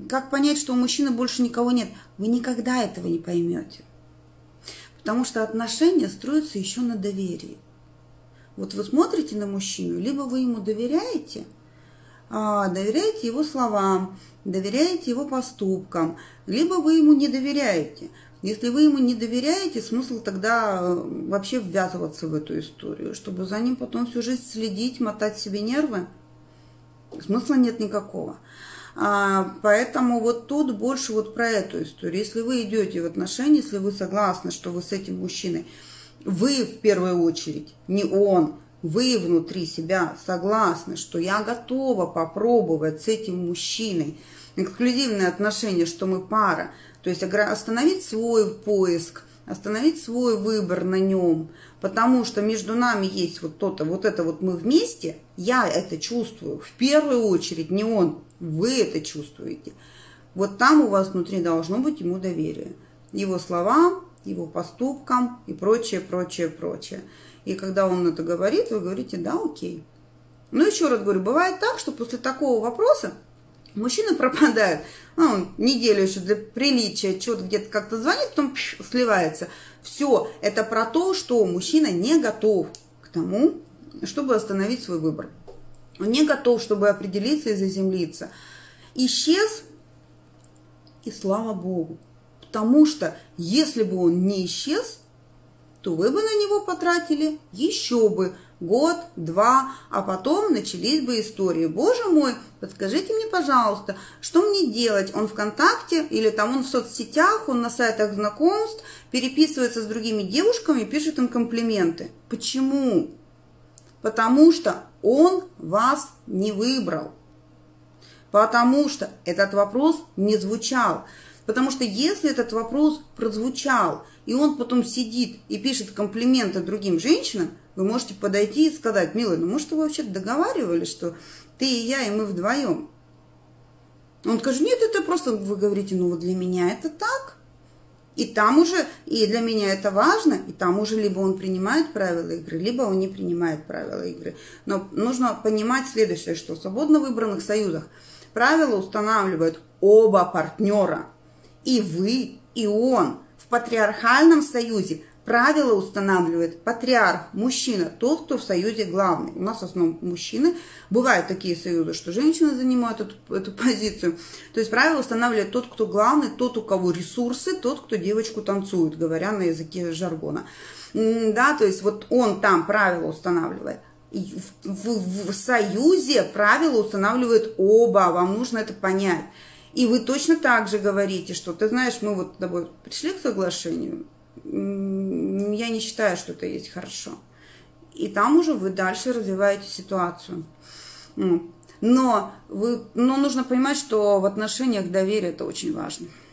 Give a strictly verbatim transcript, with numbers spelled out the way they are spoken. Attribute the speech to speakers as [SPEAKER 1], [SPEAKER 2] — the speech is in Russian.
[SPEAKER 1] как понять, что у мужчины больше никого нет? Вы никогда этого не поймете. Потому что отношения строятся еще на доверии. Вот вы смотрите на мужчину, либо вы ему доверяете, доверяете его словам, доверяете его поступкам, либо вы ему не доверяете. Если вы ему не доверяете, смысл тогда вообще ввязываться в эту историю, чтобы за ним потом всю жизнь следить, мотать себе нервы. Смысла нет никакого. А, поэтому вот тут больше вот про эту историю. Если вы идете в отношения, если вы согласны, что вы с этим мужчиной, вы в первую очередь, не он, вы внутри себя согласны, что я готова попробовать с этим мужчиной эксклюзивные отношения, что мы пара, то есть остановить свой поиск, остановить свой выбор на нем, потому что между нами есть вот то-то, вот это вот мы вместе, я это чувствую, в первую очередь, не он, вы это чувствуете. Вот там у вас внутри должно быть ему доверие, его словам, его поступкам и прочее, прочее, прочее. И когда он это говорит, вы говорите, да, окей. Но еще раз говорю, бывает так, что после такого вопроса мужчина пропадает, ну, неделю еще для приличия, что-то где-то как-то звонит, потом пш, сливается. Все, это про то, что мужчина не готов к тому, чтобы остановить свой выбор. Он не готов, чтобы определиться и заземлиться. Исчез, и слава Богу. Потому что если бы он не исчез, то вы бы на него потратили еще бы год, два, а потом начались бы истории. Боже мой, подскажите мне, пожалуйста, что мне делать? Он ВКонтакте или там он в соцсетях, он на сайтах знакомств, переписывается с другими девушками, пишет им комплименты. Почему? Потому что он вас не выбрал. Потому что этот вопрос не звучал. Потому что если этот вопрос прозвучал, и он потом сидит и пишет комплименты другим женщинам, вы можете подойти и сказать, милый, ну может вы вообще договаривались, что ты и я, и мы вдвоем. Он скажет, нет, это просто, вы говорите, ну вот для меня это так. И там уже, и для меня это важно, и там уже либо он принимает правила игры, либо он не принимает правила игры. Но нужно понимать следующее, что в свободно выбранных союзах правила устанавливают оба партнера. И вы, и он. В патриархальном союзе правила устанавливает патриарх, мужчина, тот, кто в союзе главный. У нас в основном мужчины. Бывают такие союзы, что женщины занимают эту, эту позицию. То есть правила устанавливает тот, кто главный, тот, у кого ресурсы, тот, кто девочку танцует, говоря на языке жаргона. Да, то есть вот он там правила устанавливает. И в, в, в союзе правила устанавливают оба. Вам нужно это понять. И вы точно так же говорите, что, ты знаешь, мы вот с тобой пришли к соглашению, я не считаю, что это есть хорошо. И там уже вы дальше развиваете ситуацию. Но, вы, но нужно понимать, что в отношениях доверие это очень важно.